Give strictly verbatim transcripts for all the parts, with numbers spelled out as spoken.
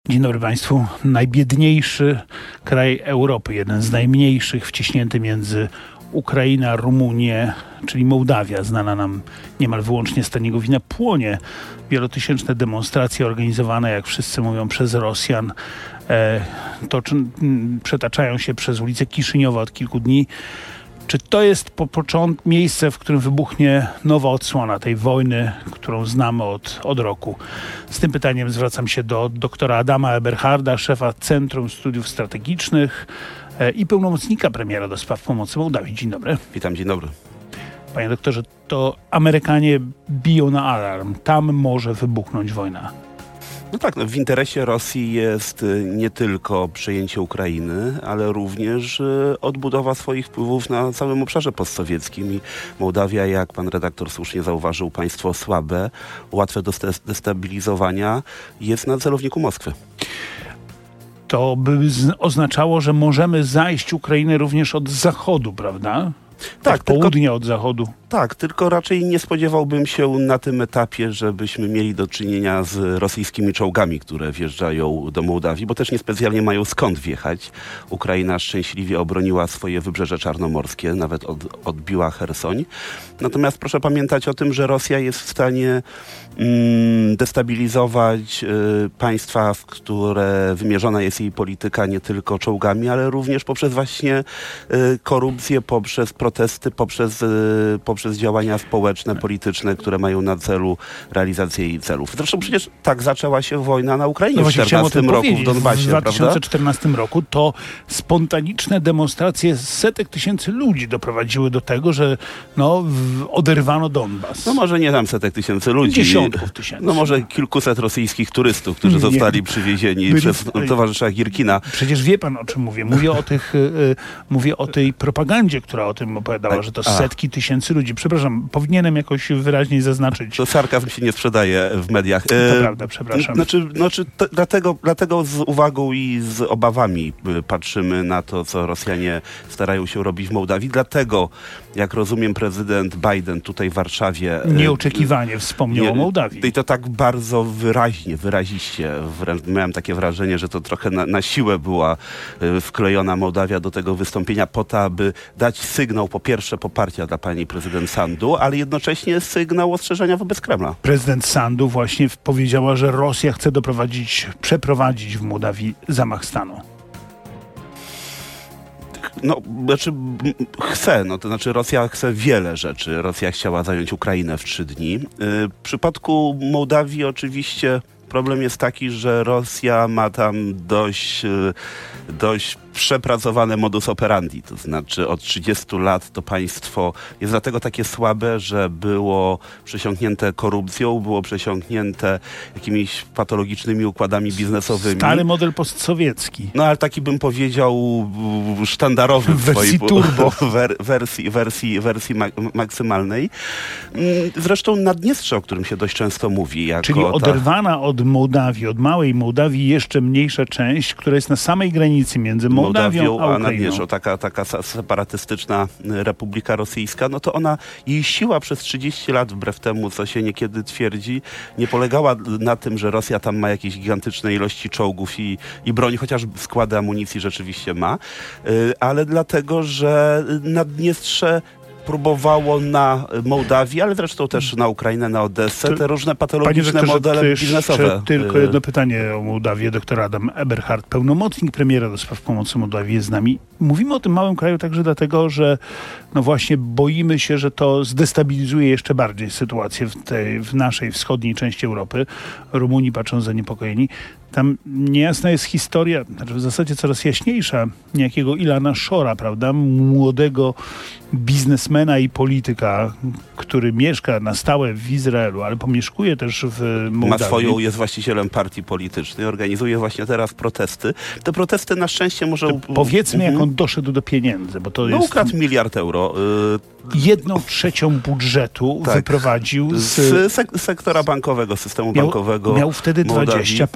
Dzień dobry Państwu. Najbiedniejszy kraj Europy, jeden z najmniejszych, wciśnięty między Ukrainę a Rumunię, czyli Mołdawia, znana nam niemal wyłącznie z taniego wina, płonie. Wielotysięczne demonstracje organizowane, jak wszyscy mówią, przez Rosjan, e, to, czy, m, przetaczają się przez ulicę Kiszyniowa od kilku dni. Czy to jest po począt miejsce, w którym wybuchnie nowa odsłona tej wojny, którą znamy od, od roku? Z tym pytaniem zwracam się do doktora Adama Eberharda, szefa Centrum Studiów Strategicznych e, i pełnomocnika premiera do spraw pomocy Mołdawii. Dzień dobry. Witam, dzień dobry. Panie doktorze, to Amerykanie biją na alarm. Tam może wybuchnąć wojna. No tak, no w interesie Rosji jest nie tylko przejęcie Ukrainy, ale również odbudowa swoich wpływów na całym obszarze postsowieckim. I Mołdawia, jak pan redaktor słusznie zauważył, państwo słabe, łatwe do destabilizowania, jest na celowniku Moskwy. To by oznaczało, że możemy zajść Ukrainę również od zachodu, prawda? Tak, od południa od zachodu. Tak, tylko raczej nie spodziewałbym się na tym etapie, żebyśmy mieli do czynienia z rosyjskimi czołgami, które wjeżdżają do Mołdawii, bo też niespecjalnie mają skąd wjechać. Ukraina szczęśliwie obroniła swoje wybrzeże czarnomorskie, nawet od, odbiła Chersoń. Natomiast proszę pamiętać o tym, że Rosja jest w stanie mm, destabilizować y, państwa, w które wymierzona jest jej polityka nie tylko czołgami, ale również poprzez właśnie y, korupcję, poprzez protesty, poprzez, y, poprzez przez działania społeczne, polityczne, które mają na celu realizację jej celów. Zresztą przecież tak zaczęła się wojna na Ukrainie no w czternastym roku w Donbasie, w dwa tysiące czternastym prawda? roku to spontaniczne demonstracje setek tysięcy ludzi doprowadziły do tego, że no, w, oderwano Donbas. No może nie tam setek tysięcy ludzi. Dziesiątków tysięcy. No może kilkuset rosyjskich turystów, którzy nie. zostali przywiezieni Byli... przez towarzysza Girkina. Przecież wie pan, o czym mówię. Mówię o tych, y, mówię o tej propagandzie, która o tym opowiadała, A, że to setki tysięcy ludzi. Przepraszam, powinienem jakoś wyraźniej zaznaczyć. To sarkazm się nie sprzedaje w mediach. To e, prawda, przepraszam. Znaczy, znaczy t- dlatego, dlatego z uwagą i z obawami patrzymy na to, co Rosjanie starają się robić w Mołdawii. Dlatego, jak rozumiem, prezydent Biden tutaj w Warszawie... Nieoczekiwanie wspomniał nie, o Mołdawii. I to tak bardzo wyraźnie, wyraziście. Wręcz miałem takie wrażenie, że to trochę na, na siłę była wklejona Mołdawia do tego wystąpienia po to, aby dać sygnał, po pierwsze, poparcia dla pani prezydent Sandu, ale jednocześnie sygnał ostrzeżenia wobec Kremla. Prezydent Sandu właśnie powiedziała, że Rosja chce doprowadzić, przeprowadzić w Mołdawii zamach stanu. No, znaczy chce, no to znaczy Rosja chce wiele rzeczy. Rosja chciała zająć Ukrainę w trzy dni. W przypadku Mołdawii oczywiście problem jest taki, że Rosja ma tam dość, dość przepracowane modus operandi, to znaczy od trzydziestu lat to państwo jest dlatego takie słabe, że było przesiąknięte korupcją, było przesiąknięte jakimiś patologicznymi układami biznesowymi. Stary model postsowiecki. No ale taki bym powiedział sztandarowy w wersji swojej turbo. Wer, wersji, wersji, wersji mak maksymalnej. Zresztą Naddniestrze, o którym się dość często mówi. Jako Czyli ta... oderwana od Mołdawii, od małej Mołdawii jeszcze mniejsza część, która jest na samej granicy między Mołdawią, Mołdawią a, a Naddniestrze, taka, taka separatystyczna Republika Rosyjska, no to ona, jej siła przez trzydzieści lat, wbrew temu, co się niekiedy twierdzi, nie polegała na tym, że Rosja tam ma jakieś gigantyczne ilości czołgów i, i broni, chociaż składy amunicji rzeczywiście ma, ale dlatego, że Naddniestrze próbowało na Mołdawii, ale zresztą też na Ukrainę, na Odessę, te różne patologiczne modele biznesowe. Tylko jedno pytanie o Mołdawię. Doktor Adam Eberhard, pełnomocnik premiera do spraw pomocy Mołdawii, jest z nami. Mówimy o tym małym kraju także dlatego, że no właśnie boimy się, że to zdestabilizuje jeszcze bardziej sytuację w tej, w naszej wschodniej części Europy. Rumuni patrzą zaniepokojeni. Tam niejasna jest historia, znaczy w zasadzie coraz jaśniejsza, niejakiego Ilana Shora, prawda? Młodego biznesmena i polityka, który mieszka na stałe w Izraelu, ale pomieszkuje też w Mołdawii. Ma swoją, jest właścicielem partii politycznej, organizuje właśnie teraz protesty. Te protesty na szczęście może... To powiedzmy, jak on doszedł do pieniędzy, bo to no, jest... ukradł miliard euro. Jedną trzecią budżetu tak. wyprowadził z... z sek sektora bankowego, systemu miał, bankowego Miał wtedy Mołdawii. dwadzieścia parę lat.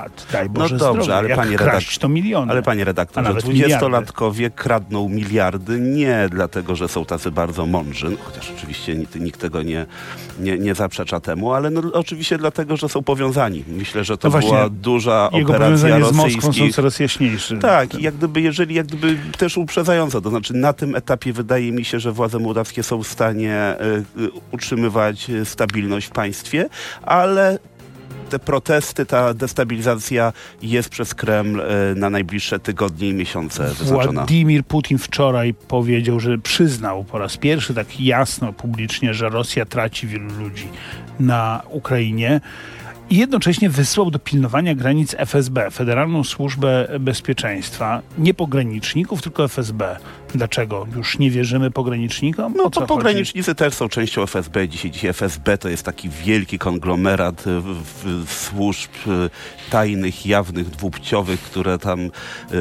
lat, daj Boże No dobrze, zdrowia. ale Jak panie kraść, redaktor- to miliony. Ale panie A redaktorze, nawet dwudziestolatkowie kradną miliardy nie dlatego, że są tacy bardzo mądrzy, no, chociaż oczywiście nikt, nikt tego nie, nie, nie zaprzecza temu, ale no, oczywiście dlatego, że są powiązani. Myślę, że to No właśnie, była duża Jego operacja powiązania z Moskwą są rosyjskich. coraz jaśniejsze. Tak, i jak gdyby, jeżeli, jak gdyby też uprzedzająco, to znaczy na tym etapie wydaje mi się, że władze mołdawskie są w stanie y, y, utrzymywać y, stabilność w państwie, ale te protesty, ta destabilizacja jest przez Kreml y, na najbliższe tygodnie i miesiące wyznaczona. Władimir Putin wczoraj powiedział, że przyznał po raz pierwszy tak jasno, publicznie, że Rosja traci wielu ludzi na Ukrainie. I jednocześnie wysłał do pilnowania granic F S B, Federalną Służbę Bezpieczeństwa. Nie pograniczników, tylko F S B. Dlaczego? Już nie wierzymy pogranicznikom? No O co to chodzi? pogranicznicy też są częścią F S B. Dzisiaj, dzisiaj F S B to jest taki wielki konglomerat w, w, służb y, tajnych, jawnych, dwupłciowych, które tam y,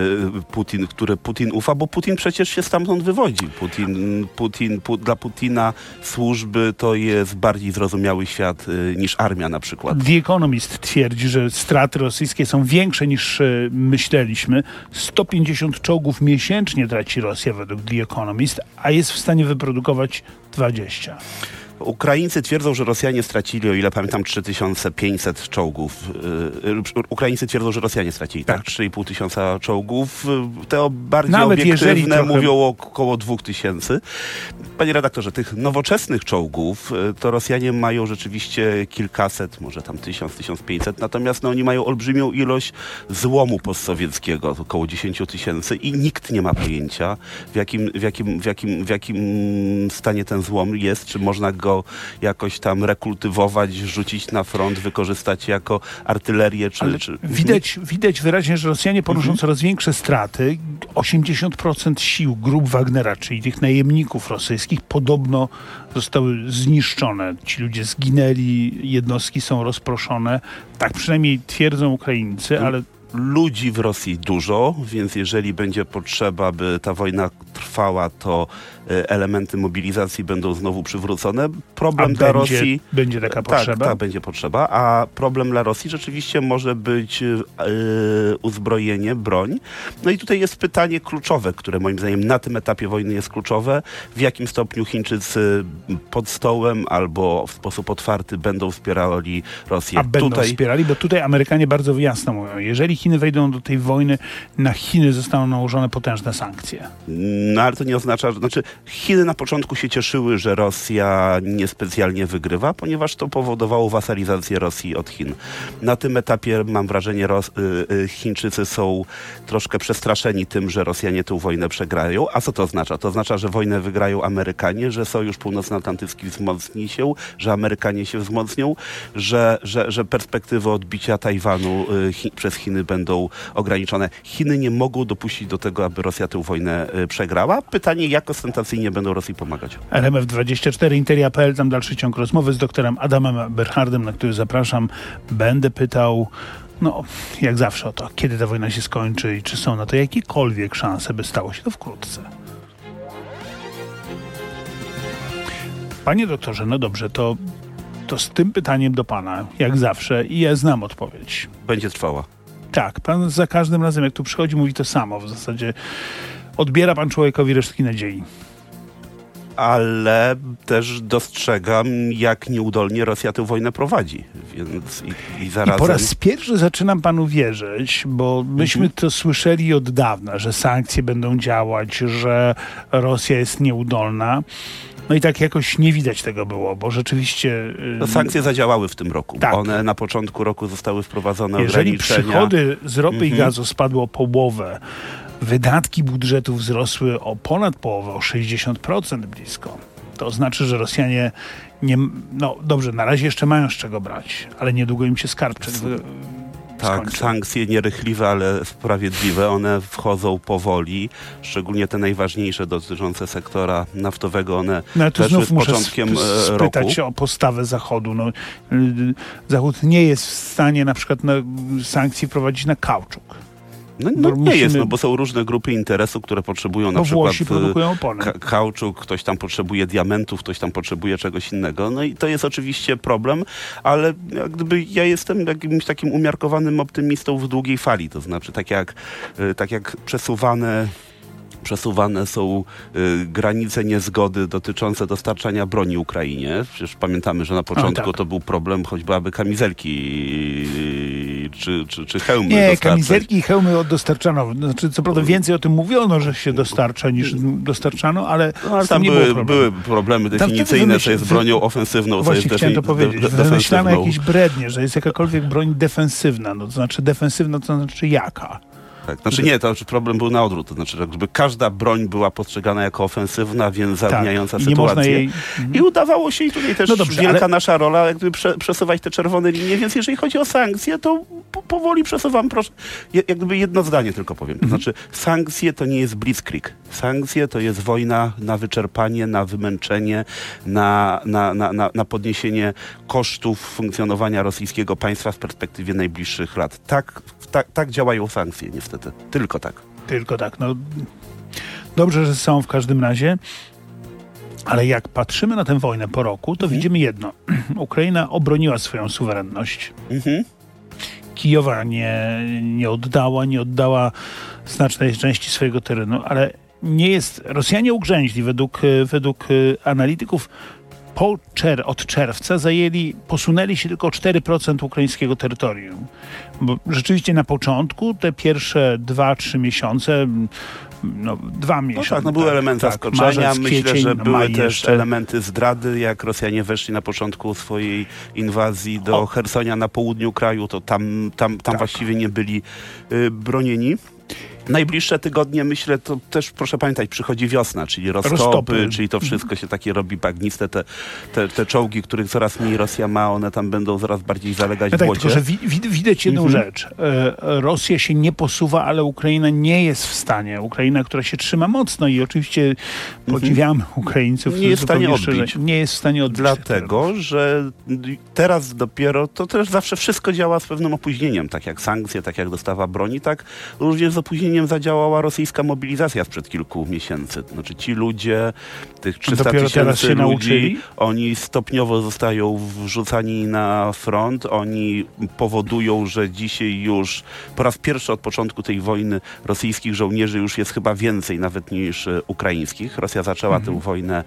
Putin, które Putin ufa, bo Putin przecież się stamtąd wywodzi. Putin, Putin, pu, dla Putina służby to jest bardziej zrozumiały świat y, niż armia na przykład. The Economist twierdzi, że straty rosyjskie są większe niż y, myśleliśmy. sto pięćdziesiąt czołgów miesięcznie traci Rosja według The Economist, a jest w stanie wyprodukować dwadzieścia. Ukraińcy twierdzą, że Rosjanie stracili, o ile pamiętam, trzy tysiące pięćset czołgów. Yy, Ukraińcy twierdzą, że Rosjanie stracili, tak? Tak. trzy i pół tysiąca czołgów. Te bardziej Nawet jeżeli obiektywne trochę- mówią o około dwóch tysięcy. Panie redaktorze, tych nowoczesnych czołgów y, to Rosjanie mają rzeczywiście kilkaset, może tam tysiąc, tysiąc pięćset, natomiast no, oni mają olbrzymią ilość złomu postsowieckiego, około dziesięć tysięcy i nikt nie ma pojęcia, w jakim, w, jakim, w, jakim, w jakim stanie ten złom jest, czy można go jakoś tam rekultywować, rzucić na front, wykorzystać jako artylerię, czy... Ale czy... widać, widać wyraźnie, że Rosjanie ponoszą Mhm. coraz większe straty. osiemdziesiąt procent sił grup Wagnera, czyli tych najemników rosyjskich, podobno zostały zniszczone. Ci ludzie zginęli, jednostki są rozproszone. Tak przynajmniej twierdzą Ukraińcy, ale Ludzi w Rosji dużo, więc jeżeli będzie potrzeba, by ta wojna trwała, to e, elementy mobilizacji będą znowu przywrócone. Problem a dla będzie, Rosji... będzie taka Tak, potrzeba. tak, będzie potrzeba, a problem dla Rosji rzeczywiście może być e, uzbrojenie, broń. No i tutaj jest pytanie kluczowe, które moim zdaniem na tym etapie wojny jest kluczowe. W jakim stopniu Chińczycy pod stołem albo w sposób otwarty będą wspierali Rosję? A będą tutaj... wspierali, bo tutaj Amerykanie bardzo jasno mówią, jeżeli Chiny wejdą do tej wojny, na Chiny zostaną nałożone potężne sankcje. No ale to nie oznacza, że... Znaczy Chiny na początku się cieszyły, że Rosja niespecjalnie wygrywa, ponieważ to powodowało wasalizację Rosji od Chin. Na tym etapie mam wrażenie, Ros... y, y, Chińczycy są troszkę przestraszeni tym, że Rosjanie tę wojnę przegrają. A co to oznacza? To oznacza, że wojnę wygrają Amerykanie, że Sojusz Północnoatlantycki wzmocni się, że Amerykanie się wzmocnią, że, że, że perspektywy odbicia Tajwanu y, Chi... przez Chiny będą ograniczone. Chiny nie mogą dopuścić do tego, aby Rosja tę wojnę y, przegrała. Pytanie, jak ostentacyjnie będą Rosji pomagać. R M F dwadzieścia cztery, Interia kropka p l, tam dalszy ciąg rozmowy z doktorem Adamem Berhardem, na który zapraszam. Będę pytał, no jak zawsze o to, kiedy ta wojna się skończy i czy są na to jakiekolwiek szanse, by stało się to wkrótce. Panie doktorze, no dobrze, to, to z tym pytaniem do pana, jak zawsze, i ja znam odpowiedź. Będzie trwała. Tak, pan za każdym razem, jak tu przychodzi, mówi to samo. W zasadzie odbiera pan człowiekowi resztki nadziei. Ale też dostrzegam, jak nieudolnie Rosja tę wojnę prowadzi. Więc i, i I zarazem... po raz pierwszy zaczynam panu wierzyć, bo myśmy Mhm. to słyszeli od dawna, że sankcje będą działać, że Rosja jest nieudolna. No i tak jakoś nie widać tego było, bo rzeczywiście... No, sankcje zadziałały w tym roku. Tak. One na początku roku zostały wprowadzone Jeżeli ograniczenia. przychody z ropy i Mhm. gazu spadły o połowę, wydatki budżetu wzrosły o ponad połowę, o sześćdziesiąt procent blisko, to znaczy, że Rosjanie nie... No dobrze, na razie jeszcze mają z czego brać, ale niedługo im się skarbczek wy... Tak, skończy. sankcje nierychliwe, ale sprawiedliwe. One wchodzą powoli, szczególnie te najważniejsze dotyczące sektora naftowego. One No ale tu weszły znów z muszę początkiem sp- e, roku. spytać się o postawę Zachodu. No, y, Zachód nie jest w stanie na przykład na sankcji wprowadzić na kauczuk. No, no nie musimy... jest, no bo są różne grupy interesu, które potrzebują na bo przykład Włosi produkują opony. Ka- kauczuk, ktoś tam potrzebuje diamentów, ktoś tam potrzebuje czegoś innego. No i to jest oczywiście problem, ale jak gdyby ja jestem jakimś takim umiarkowanym optymistą w długiej fali, to znaczy tak jak, tak jak przesuwane Przesuwane są y, granice niezgody dotyczące dostarczania broni Ukrainie. Przecież pamiętamy, że na początku A, tak. to był problem choćby, aby kamizelki y, czy, czy, czy hełmy Nie, dostarczać. kamizelki i hełmy od dostarczano. Znaczy, co prawda więcej o tym mówiono, że się dostarcza niż dostarczano, ale, no, ale tam nie były, było były problemy definicyjne, co jest bronią ofensywną, co jest chciałem to powiedzieć. De- wymyślano jakieś brednie, że jest jakakolwiek broń defensywna. No, to znaczy defensywna, to znaczy jaka? Tak, znaczy nie, to znaczy problem był na odwrót, to znaczy jakby każda broń była postrzegana jako ofensywna, więc zapewniająca tak, sytuację. Jej... I udawało się i tutaj też no dobrze, wielka ale... nasza rola, jakby prze, przesuwać te czerwone linie, więc jeżeli chodzi o sankcje, to po, powoli przesuwam, proszę, jak gdyby jedno zdanie tylko powiem. To znaczy sankcje to nie jest blitzkrieg. Sankcje to jest wojna na wyczerpanie, na wymęczenie, na, na, na, na, na podniesienie kosztów funkcjonowania rosyjskiego państwa w perspektywie najbliższych lat. Tak, tak, tak działają sankcje niestety. Tylko tak. Tylko tak. No, dobrze, że są w każdym razie. Ale jak patrzymy na tę wojnę po roku, to mhm. widzimy jedno. Ukraina obroniła swoją suwerenność. Mhm. Kijowa nie, nie oddała, nie oddała znacznej części swojego terenu, ale nie jest... Rosjanie ugrzęźli według, według analityków po czer- od czerwca zajęli, posunęli się tylko o cztery procent ukraińskiego terytorium. Bo rzeczywiście na początku, te pierwsze dwa trzy miesiące, no dwa miesiące. No tak, no były tak, elementy tak, zaskoczenia. marzec, Myślę, kwiecień, że no, były też jeszcze. elementy zdrady, jak Rosjanie weszli na początku swojej inwazji do o. Chersonia na południu kraju, to tam, tam, tam tak. właściwie nie byli y, bronieni. Najbliższe tygodnie, myślę, to też proszę pamiętać, przychodzi wiosna, czyli roztopy, roztopy. czyli to wszystko się takie robi bagniste, te, te, te czołgi, których coraz mniej Rosja ma, one tam będą coraz bardziej zalegać no w tak, błocie. Tylko, że wi- wi- widać jedną mhm. rzecz. E, Rosja się nie posuwa, ale Ukraina nie jest w stanie. Ukraina, która się trzyma mocno i oczywiście podziwiamy mhm. Ukraińców. Nie jest w stanie odbić. Szczerze, nie jest w stanie odbić. Dlatego, że teraz dopiero, to też zawsze wszystko działa z pewnym opóźnieniem, tak jak sankcje, tak jak dostawa broni, tak również z opóźnieniem zadziałała rosyjska mobilizacja sprzed kilku miesięcy. Znaczy ci ludzie, tych trzysta tysięcy ludzi, nauczyli? Oni stopniowo zostają wrzucani na front, oni powodują, że dzisiaj już po raz pierwszy od początku tej wojny rosyjskich żołnierzy już jest chyba więcej nawet niż ukraińskich. Rosja zaczęła mhm. tę wojnę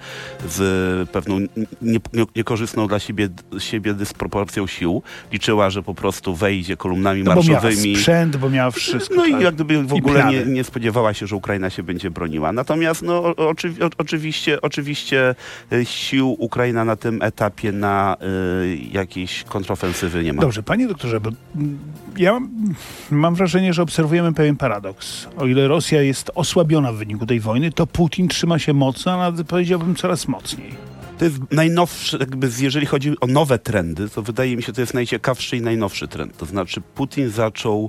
z pewną nie, nie, niekorzystną dla siebie, siebie dysproporcją sił. Liczyła, że po prostu wejdzie kolumnami no marszowymi. Bo miała sprzęt, bo miała wszystko. No tak. i jak gdyby w ogóle nie, nie spodziewała się, że Ukraina się będzie broniła. Natomiast no, oczy, o, oczywiście, oczywiście sił Ukraina na tym etapie na y, jakiejś kontrofensywy nie ma. Dobrze, panie doktorze, bo ja mam, mam wrażenie, że obserwujemy pewien paradoks. O ile Rosja jest osłabiona w wyniku tej wojny, to Putin trzyma się mocno, a nawet powiedziałbym coraz mocniej. To jest najnowszy, jakby jeżeli chodzi o nowe trendy, to wydaje mi się, to jest najciekawszy i najnowszy trend. To znaczy Putin zaczął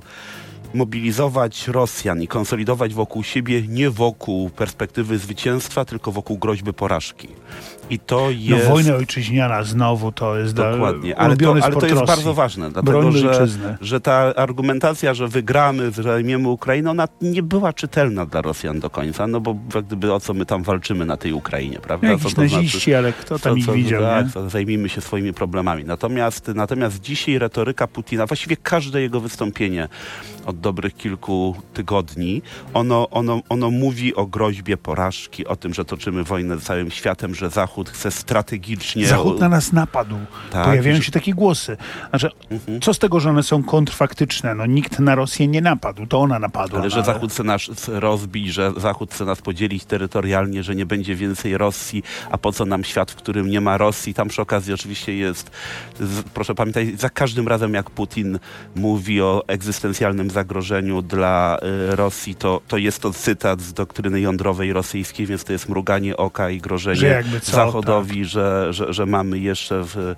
mobilizować Rosjan i konsolidować wokół siebie nie wokół perspektywy zwycięstwa, tylko wokół groźby porażki. I to jest... No wojna ojczyźniana znowu to jest dokładnie, ale to, ale to jest Rosji. bardzo ważne, dlatego że, że ta argumentacja, że wygramy, że zajmiemy Ukrainę, ona nie była czytelna dla Rosjan do końca, no bo jak gdyby o co my tam walczymy na tej Ukrainie, prawda? Jakiś co to naziści, znaczy, ale kto tam co, ich co, widział, tak, nie? Co, zajmijmy się swoimi problemami. Natomiast, natomiast dzisiaj retoryka Putina, właściwie każde jego wystąpienie od dobrych kilku tygodni, ono, ono, ono mówi o groźbie porażki, o tym, że toczymy wojnę z całym światem, że Zachód chce strategicznie... Zachód na nas napadł. Tak, Pojawiają że... się takie głosy. Znaczy, mhm. co z tego, że one są kontrfaktyczne? No nikt na Rosję nie napadł, to ona napadła. Ale że Zachód chce nas rozbić, że Zachód chce nas podzielić terytorialnie, że nie będzie więcej Rosji, a po co nam świat, w którym nie ma Rosji? Tam przy okazji oczywiście jest, z, proszę pamiętać, za każdym razem jak Putin mówi o egzystencjalnym zagrożeniu dla y, Rosji, to, to jest to cytat z doktryny jądrowej rosyjskiej, więc to jest mruganie oka i grożenie co, Zachodowi, tak. że, że, że mamy jeszcze w,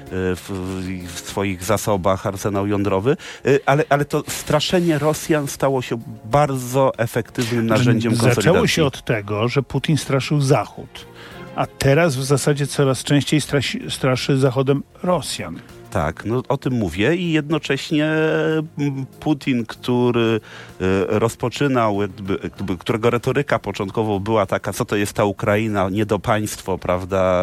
w, w swoich zasobach arsenał jądrowy, y, ale, ale to straszenie Rosjan stało się bardzo efektywnym narzędziem konsolidacji. Zaczęło się od tego, że Putin straszył Zachód, a teraz w zasadzie coraz częściej straszy, straszy Zachodem Rosjan. Tak, no o tym mówię i jednocześnie Putin, który rozpoczynał, jakby, jakby, którego retoryka początkowo była taka, co to jest ta Ukraina, niedopaństwo, prawda,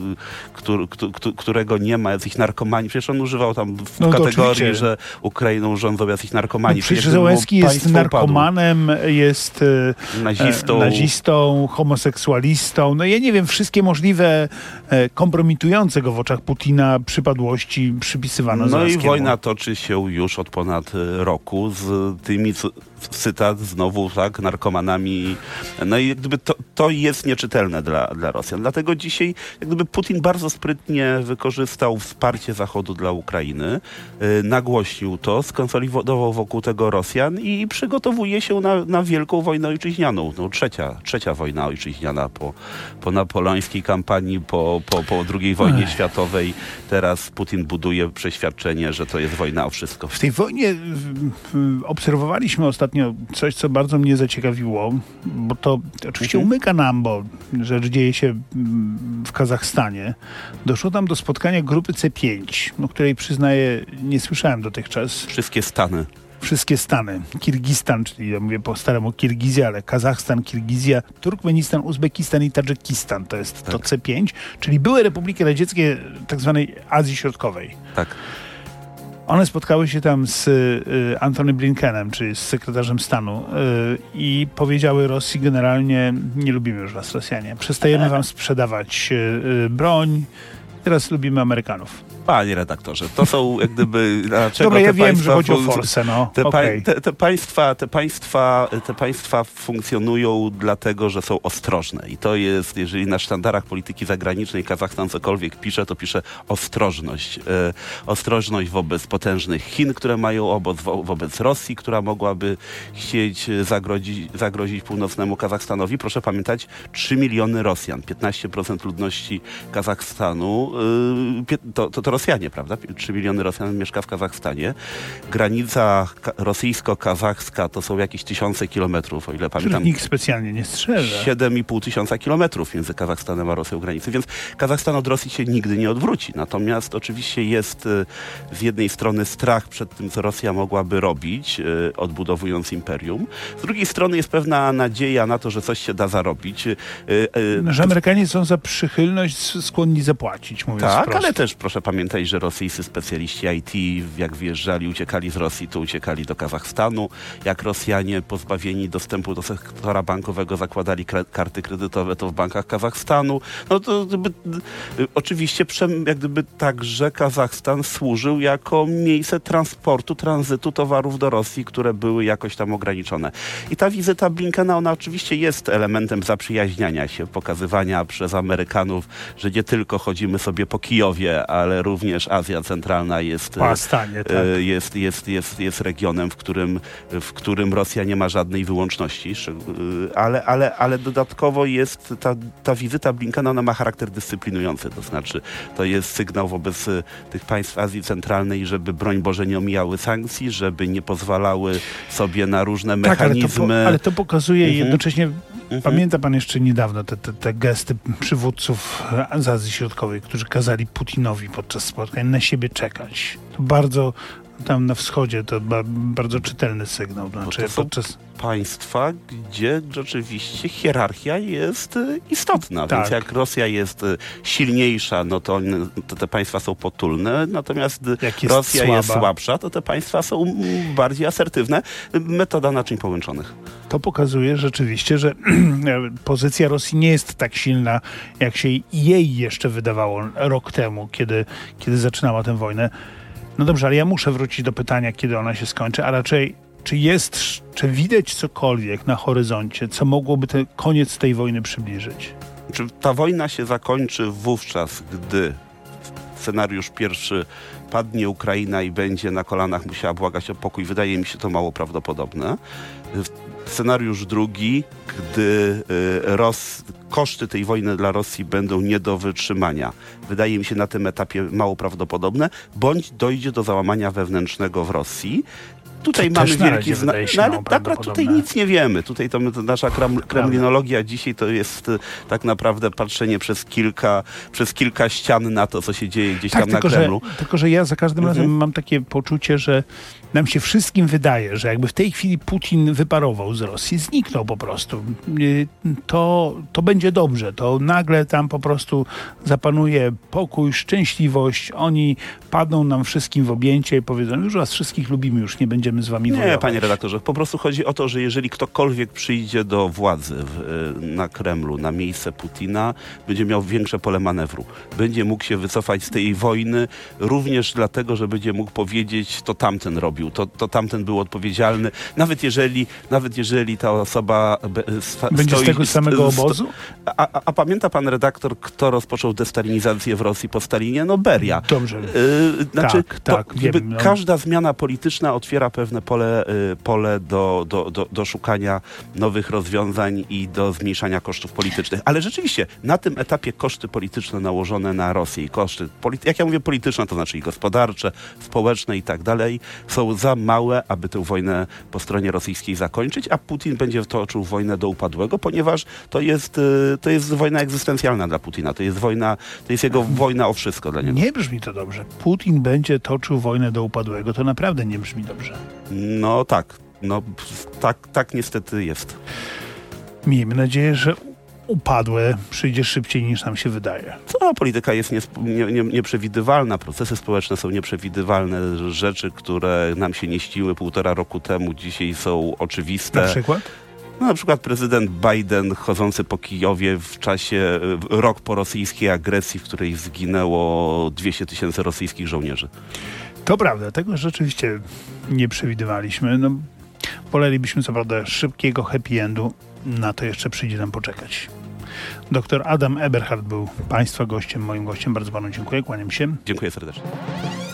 K- k- którego nie ma, jacychś narkomani. Przecież on używał tam w no kategorii, oczywiście. że Ukrainą rządzą jacyś narkomani. No przecież Zełenski jest narkomanem, upadł. jest nazistą. E, nazistą, homoseksualistą. No ja nie wiem, wszystkie możliwe e, kompromitujące go w oczach Putina przypadłości przypisywano No Zełenskiemu. i wojna toczy się już od ponad roku z tymi, cytat, znowu, tak, narkomanami. No i jak gdyby to, to jest nieczytelne dla, dla Rosjan. Dlatego dzisiaj jak gdyby Putin bardzo sprytnie wykorzystał wsparcie Zachodu dla Ukrainy, yy, nagłośnił to, skonsolidował wokół tego Rosjan i przygotowuje się na, na wielką wojnę ojczyźnianą. No, trzecia, trzecia wojna ojczyźniana po, po napoleońskiej kampanii, po, po, po drugiej wojnie Ech. światowej. Teraz Putin buduje przeświadczenie, że to jest wojna o wszystko. W tej wojnie w, w, obserwowaliśmy ostatnio coś, co bardzo mnie zaciekawiło, bo to oczywiście mhm. umyka nam, bo rzecz dzieje się w Kazachstanie. Doszło tam do spotkania grupy C pięć, o której przyznaję, nie słyszałem dotychczas. Wszystkie Stany. Wszystkie Stany. Kirgistan, czyli ja mówię po staremu Kirgizja, ale Kazachstan, Kirgizja, Turkmenistan, Uzbekistan i Tadżykistan to jest tak. to C pięć, czyli były republiki radzieckie tak zwanej Azji Środkowej. Tak. One spotkały się tam z y, Antony Blinkenem, czyli z sekretarzem stanu y, i powiedziały Rosji generalnie, nie lubimy już was Rosjanie, przestajemy wam sprzedawać y, y, broń, teraz lubimy Amerykanów. Panie redaktorze, to są jak gdyby... Dlaczego Dobra, te ja wiem, państwa, że chodzi o forsę, no. Te, okay. pa, te, te, państwa, te, państwa, te państwa funkcjonują dlatego, że są ostrożne. I to jest, jeżeli na sztandarach polityki zagranicznej Kazachstan cokolwiek pisze, to pisze ostrożność. E, ostrożność wobec potężnych Chin, które mają oboz, wo, wobec Rosji, która mogłaby chcieć zagrozić, zagrozić północnemu Kazachstanowi. Proszę pamiętać, trzy miliony Rosjan, piętnaście procent ludności Kazachstanu, e, to, to, to Rosjanie, prawda? trzy miliony Rosjan mieszka w Kazachstanie. Granica ka- rosyjsko-kazachska to są jakieś tysiące kilometrów, o ile pamiętam. Nikt specjalnie nie strzeże. siedem i pół tysiąca kilometrów między Kazachstanem a Rosją granicy, więc Kazachstan od Rosji się nigdy nie odwróci. Natomiast oczywiście jest y, z jednej strony strach przed tym, co Rosja mogłaby robić, y, odbudowując imperium. Z drugiej strony jest pewna nadzieja na to, że coś się da zarobić. Y, y, że Amerykanie są za przychylność skłonni zapłacić, mówiąc Tak, prosto. ale też proszę pamiętać, że rosyjscy specjaliści I T, jak wjeżdżali, uciekali z Rosji, to uciekali do Kazachstanu. Jak Rosjanie pozbawieni dostępu do sektora bankowego zakładali kre- karty kredytowe, to w bankach Kazachstanu. No to gdyby, y, oczywiście przem, jak gdyby także Kazachstan służył jako miejsce transportu, tranzytu towarów do Rosji, które były jakoś tam ograniczone. I ta wizyta Blinkena, ona oczywiście jest elementem zaprzyjaźniania się, pokazywania przez Amerykanów, że nie tylko chodzimy sobie po Kijowie, ale również Azja Centralna jest, Stanie, tak. jest, jest, jest, jest regionem, w którym, w którym Rosja nie ma żadnej wyłączności. Ale, ale, ale dodatkowo jest ta, ta wizyta Blinkena, ona ma charakter dyscyplinujący. To znaczy, to jest sygnał wobec tych państw Azji Centralnej, żeby broń Boże nie omijały sankcji, żeby nie pozwalały sobie na różne tak, mechanizmy. Ale to, po, ale to pokazuje mhm. jednocześnie, mhm. pamięta pan jeszcze niedawno te, te, te gesty przywódców z Azji Środkowej, którzy kazali Putinowi podczas spotkań na siebie czekać. To bardzo tam na wschodzie to ba, bardzo czytelny sygnał. Znaczy, to są podczas... państwa, gdzie rzeczywiście hierarchia jest istotna. Tak. Więc jak Rosja jest silniejsza, no to, to te państwa są potulne, natomiast jak jest Rosja słaba. jest słabsza, to te państwa są bardziej asertywne. Metoda naczyń połączonych. To pokazuje rzeczywiście, że pozycja Rosji nie jest tak silna, jak się jej jeszcze wydawało rok temu, kiedy, kiedy zaczynała tę wojnę. No dobrze, ale ja muszę wrócić do pytania, kiedy ona się skończy, a raczej czy jest, czy widać cokolwiek na horyzoncie, co mogłoby ten koniec tej wojny przybliżyć? Czy ta wojna się zakończy wówczas, gdy scenariusz pierwszy padnie Ukraina i będzie na kolanach musiała błagać o pokój? Wydaje mi się to mało prawdopodobne. Scenariusz drugi, gdy y, Ros, koszty tej wojny dla Rosji będą nie do wytrzymania. Wydaje mi się na tym etapie mało prawdopodobne, bądź dojdzie do załamania wewnętrznego w Rosji. tutaj To mamy też na wielki razie znak. wydaje się No, ale mało akurat tutaj prawdopodobne. nic nie wiemy. Tutaj to, my, to nasza kram, kremlinologia dzisiaj to jest y, tak naprawdę patrzenie przez kilka, przez kilka ścian na to, co się dzieje gdzieś Tak, tam tylko na że, Kremlu. tylko że ja za każdym Mhm. razem mam takie poczucie, że nam się wszystkim wydaje, że jakby w tej chwili Putin wyparował z Rosji, zniknął po prostu, y, to, to będzie dobrze. To nagle tam po prostu zapanuje pokój, szczęśliwość. Oni padną nam wszystkim w objęcie i powiedzą, już was wszystkich lubimy, już nie będziemy z wami Nie, wojować. panie redaktorze, po prostu chodzi o to, że jeżeli ktokolwiek przyjdzie do władzy w, y, na Kremlu, na miejsce Putina, będzie miał większe pole manewru. Będzie mógł się wycofać z tej wojny, również dlatego, że będzie mógł powiedzieć, to tamten robił, to, to tamten był odpowiedzialny. Nawet jeżeli, nawet jeżeli ta osoba be, sta, Będzie stoi, z tego samego sto- obozu? A, a, a pamięta pan redaktor, kto rozpoczął destalinizację w Rosji po Stalinie? No Beria. Dobrze. Yy, znaczy, Tak, to tak, jakby wiem, no. każda zmiana polityczna otwiera pewne pole, y, pole do, do, do, do szukania nowych rozwiązań i do zmniejszania kosztów politycznych. Ale rzeczywiście na tym etapie koszty polityczne nałożone na Rosję i koszty, polity- jak ja mówię polityczne, to znaczy i gospodarcze, społeczne i tak dalej, są za małe, aby tę wojnę po stronie rosyjskiej zakończyć, a Putin będzie toczył wojnę do upadłego, ponieważ to jest, y, to jest wojna egzystencjalna dla Putina. To jest wojna, to jest jego wojna o wszystko dla niego. Nie brzmi to dobrze. Putin będzie toczył wojnę do upadłego. To naprawdę nie brzmi dobrze. No tak, no tak, tak niestety jest. Miejmy nadzieję, że upadłe przyjdzie szybciej niż nam się wydaje. Co, polityka jest niesp- nie, nie, nieprzewidywalna, procesy społeczne są nieprzewidywalne, rzeczy, które nam się nie ściły półtora roku temu, dzisiaj są oczywiste. Na przykład? No, na przykład prezydent Biden chodzący po Kijowie w czasie, e, rok po rosyjskiej agresji, w której zginęło dwieście tysięcy rosyjskich żołnierzy. To prawda, tego rzeczywiście nie przewidywaliśmy. No, wolelibyśmy co prawda szybkiego happy endu, na to jeszcze przyjdzie nam poczekać. Doktor Adam Eberhard był Państwa gościem, moim gościem. Bardzo Panu dziękuję, kłaniam się. Dziękuję serdecznie.